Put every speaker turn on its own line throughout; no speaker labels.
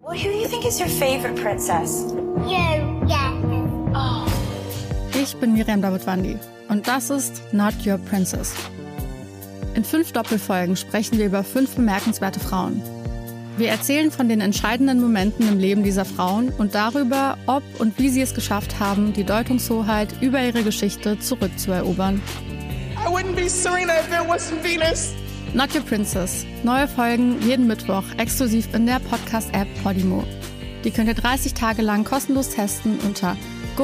Well, who do you think is your favorite princess?
You, yeah.
Oh.
Ich bin Miriam Davidwandi und das ist Not Your Princess. In 5 Doppelfolgen sprechen wir über 5 bemerkenswerte Frauen. Wir erzählen von den entscheidenden Momenten im Leben dieser Frauen und darüber, ob und wie sie es geschafft haben, die Deutungshoheit über ihre Geschichte zurückzuerobern.
I wouldn't be Serena if there wasn't Venus.
Not Your Princess. Neue Folgen jeden Mittwoch exklusiv in der Podcast-App Podimo. Die könnt ihr 30 Tage lang kostenlos testen unter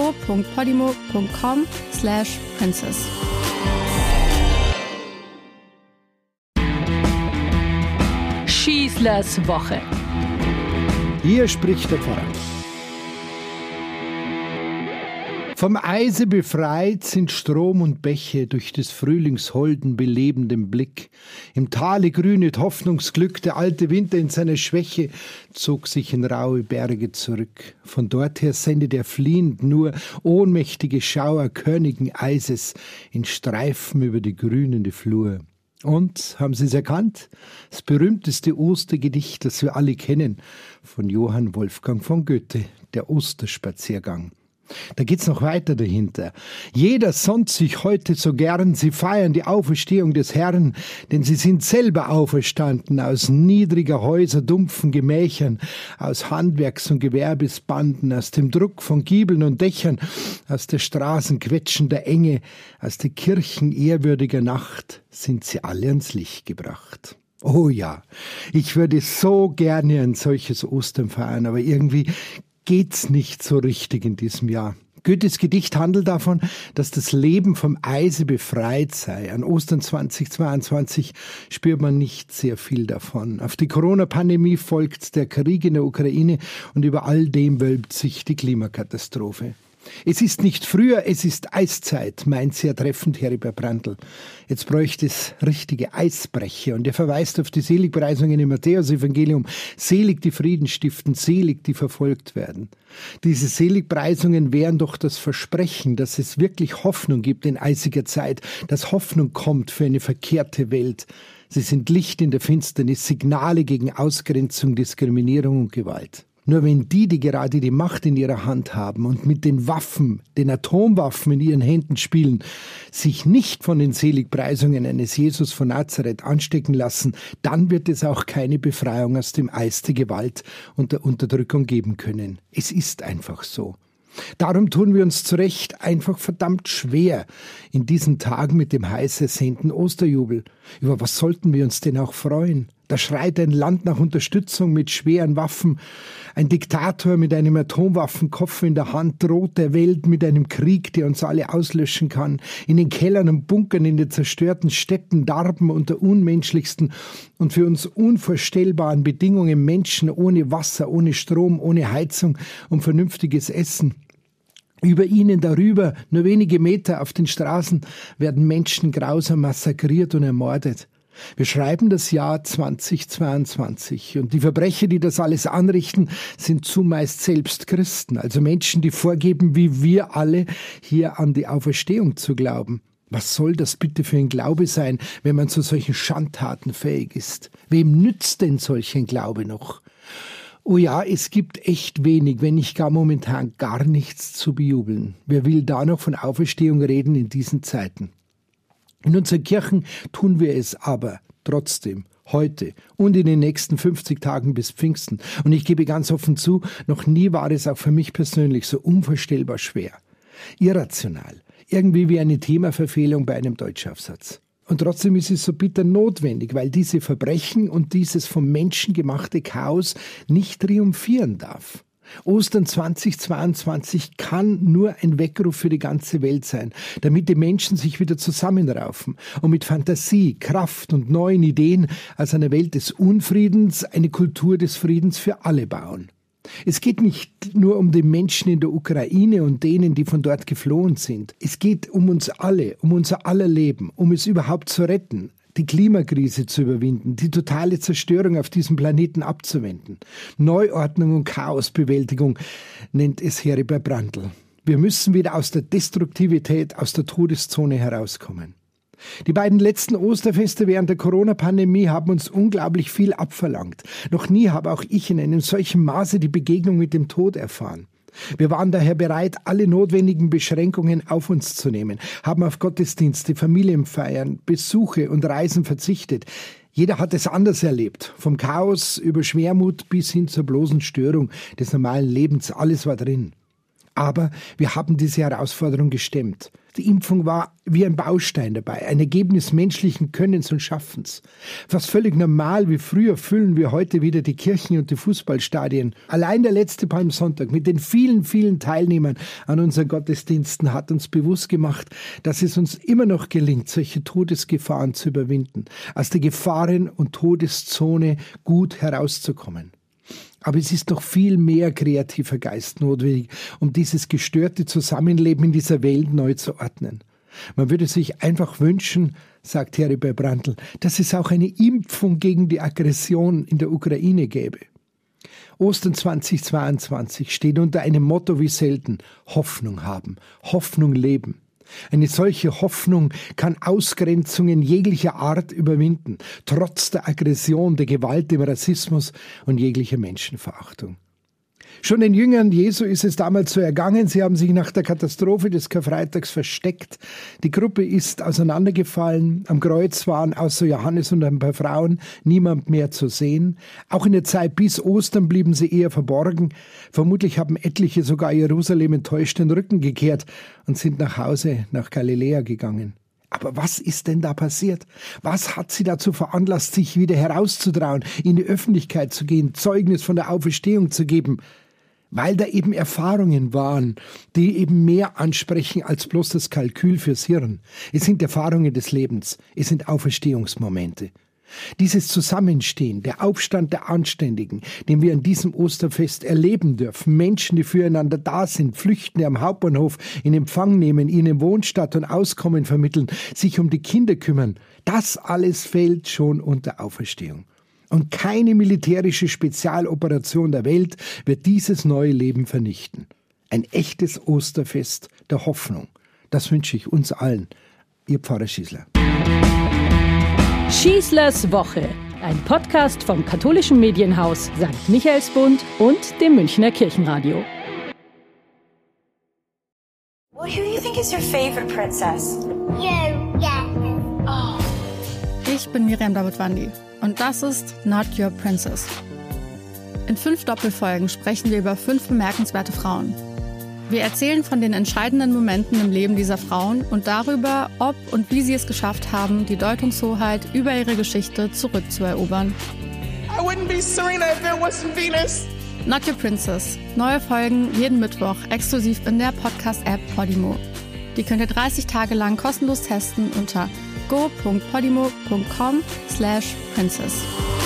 go.podimo.com/princess.
Schießlers Woche.
Hier spricht der Pfarrer. Vom Eise befreit sind Strom und Bäche durch des Frühlings holden belebenden Blick. Im Tale grünet Hoffnungsglück, der alte Winter in seiner Schwäche zog sich in raue Berge zurück. Von dorther sendet er fliehend nur ohnmächtige Schauer körnigen Eises in Streifen über die grünende Flur. Und, haben Sie es erkannt? Das berühmteste Ostergedicht, das wir alle kennen, von Johann Wolfgang von Goethe, der Osterspaziergang. Da geht's noch weiter dahinter. Jeder sonnt sich heute so gern, sie feiern die Auferstehung des Herrn, denn sie sind selber auferstanden aus niedriger Häuser, dumpfen Gemächern, aus Handwerks- und Gewerbesbanden, aus dem Druck von Giebeln und Dächern, aus der Straßen quetschender Enge, aus der Kirchen ehrwürdiger Nacht sind sie alle ans Licht gebracht. Oh ja, ich würde so gerne ein solches Ostern feiern, aber irgendwie geht's nicht so richtig in diesem Jahr. Goethes Gedicht handelt davon, dass das Leben vom Eise befreit sei. An Ostern 2022 spürt man nicht sehr viel davon. Auf die Corona-Pandemie folgt der Krieg in der Ukraine und über all dem wölbt sich die Klimakatastrophe. Es ist nicht früher, es ist Eiszeit, meint sehr treffend Heribert Brandl. Jetzt bräuchte es richtige Eisbrecher und er verweist auf die Seligpreisungen im Matthäus-Evangelium. Selig die Frieden stiften, selig die verfolgt werden. Diese Seligpreisungen wären doch das Versprechen, dass es wirklich Hoffnung gibt in eisiger Zeit, dass Hoffnung kommt für eine verkehrte Welt. Sie sind Licht in der Finsternis, Signale gegen Ausgrenzung, Diskriminierung und Gewalt. Nur wenn die gerade die Macht in ihrer Hand haben und mit den Waffen, den Atomwaffen in ihren Händen spielen, sich nicht von den Seligpreisungen eines Jesus von Nazareth anstecken lassen, dann wird es auch keine Befreiung aus dem Eis der Gewalt und der Unterdrückung geben können. Es ist einfach so. Darum tun wir uns zu Recht einfach verdammt schwer in diesen Tagen mit dem heiß ersehnten Osterjubel. Über was sollten wir uns denn auch freuen? Da schreit ein Land nach Unterstützung mit schweren Waffen. Ein Diktator mit einem Atomwaffenkoffer in der Hand droht der Welt mit einem Krieg, der uns alle auslöschen kann. In den Kellern und Bunkern, in den zerstörten Städten darben unter unmenschlichsten und für uns unvorstellbaren Bedingungen Menschen ohne Wasser, ohne Strom, ohne Heizung und vernünftiges Essen. Über ihnen darüber, nur wenige Meter auf den Straßen, werden Menschen grausam massakriert und ermordet. Wir schreiben das Jahr 2022 und die Verbrecher, die das alles anrichten, sind zumeist selbst Christen, also Menschen, die vorgeben, wie wir alle, hier an die Auferstehung zu glauben. Was soll das bitte für ein Glaube sein, wenn man zu solchen Schandtaten fähig ist? Wem nützt denn solch ein Glaube noch? Oh ja, es gibt echt wenig, wenn nicht gar momentan gar nichts zu bejubeln. Wer will da noch von Auferstehung reden in diesen Zeiten? In unseren Kirchen tun wir es aber trotzdem, heute und in den nächsten 50 Tagen bis Pfingsten. Und ich gebe ganz offen zu, noch nie war es auch für mich persönlich so unvorstellbar schwer. Irrational, irgendwie wie eine Themaverfehlung bei einem Deutschaufsatz. Und trotzdem ist es so bitter notwendig, weil diese Verbrechen und dieses vom Menschen gemachte Chaos nicht triumphieren darf. Ostern 2022 kann nur ein Weckruf für die ganze Welt sein, damit die Menschen sich wieder zusammenraufen und mit Fantasie, Kraft und neuen Ideen aus einer Welt des Unfriedens eine Kultur des Friedens für alle bauen. Es geht nicht nur um die Menschen in der Ukraine und denen, die von dort geflohen sind. Es geht um uns alle, um unser aller Leben, um es überhaupt zu retten, die Klimakrise zu überwinden, die totale Zerstörung auf diesem Planeten abzuwenden. Neuordnung und Chaosbewältigung nennt es Heribert Brandl. Wir müssen wieder aus der Destruktivität, aus der Todeszone herauskommen. Die beiden letzten Osterfeste während der Corona-Pandemie haben uns unglaublich viel abverlangt. Noch nie habe auch ich in einem solchen Maße die Begegnung mit dem Tod erfahren. Wir waren daher bereit, alle notwendigen Beschränkungen auf uns zu nehmen, haben auf Gottesdienste, Familienfeiern, Besuche und Reisen verzichtet. Jeder hat es anders erlebt. Vom Chaos über Schwermut bis hin zur bloßen Störung des normalen Lebens. Alles war drin. Aber wir haben diese Herausforderung gestemmt. Die Impfung war wie ein Baustein dabei, ein Ergebnis menschlichen Könnens und Schaffens. Fast völlig normal wie früher füllen wir heute wieder die Kirchen und die Fußballstadien. Allein der letzte Palmsonntag mit den vielen, vielen Teilnehmern an unseren Gottesdiensten hat uns bewusst gemacht, dass es uns immer noch gelingt, solche Todesgefahren zu überwinden, aus der Gefahren- und Todeszone gut herauszukommen. Aber es ist noch viel mehr kreativer Geist notwendig, um dieses gestörte Zusammenleben in dieser Welt neu zu ordnen. Man würde sich einfach wünschen, sagt Heribert Brandl, dass es auch eine Impfung gegen die Aggression in der Ukraine gäbe. Ostern 2022 steht unter einem Motto wie selten: Hoffnung haben, Hoffnung leben. Eine solche Hoffnung kann Ausgrenzungen jeglicher Art überwinden, trotz der Aggression, der Gewalt, dem Rassismus und jeglicher Menschenverachtung. Schon den Jüngern Jesu ist es damals so ergangen, sie haben sich nach der Katastrophe des Karfreitags versteckt. Die Gruppe ist auseinandergefallen, am Kreuz waren außer Johannes und ein paar Frauen niemand mehr zu sehen. Auch in der Zeit bis Ostern blieben sie eher verborgen. Vermutlich haben etliche sogar Jerusalem enttäuscht den Rücken gekehrt und sind nach Hause, nach Galiläa gegangen. Aber was ist denn da passiert? Was hat sie dazu veranlasst, sich wieder herauszutrauen, in die Öffentlichkeit zu gehen, Zeugnis von der Auferstehung zu geben? Weil da eben Erfahrungen waren, die eben mehr ansprechen als bloß das Kalkül fürs Hirn. Es sind Erfahrungen des Lebens, es sind Auferstehungsmomente. Dieses Zusammenstehen, der Aufstand der Anständigen, den wir an diesem Osterfest erleben dürfen, Menschen, die füreinander da sind, Flüchtende am Hauptbahnhof in Empfang nehmen, ihnen Wohnstatt und Auskommen vermitteln, sich um die Kinder kümmern, das alles fällt schon unter Auferstehung. Und keine militärische Spezialoperation der Welt wird dieses neue Leben vernichten. Ein echtes Osterfest der Hoffnung. Das wünsche ich uns allen. Ihr Pfarrer Schießler.
Schießlers Woche, ein Podcast vom katholischen Medienhaus St. Michaelsbund und dem Münchner Kirchenradio.
Well, who do you think is your favorite princess?
You, yeah.
Oh.
Ich bin Miriam Davidwandi und das ist Not Your Princess. In 5 Doppelfolgen sprechen wir über 5 bemerkenswerte Frauen. Wir erzählen von den entscheidenden Momenten im Leben dieser Frauen und darüber, ob und wie sie es geschafft haben, die Deutungshoheit über ihre Geschichte zurückzuerobern.
I wouldn't be Serena if there wasn't Venus.
Not Your Princess. Neue Folgen jeden Mittwoch exklusiv in der Podcast-App Podimo. Die könnt ihr 30 Tage lang kostenlos testen unter go.podimo.com/princess.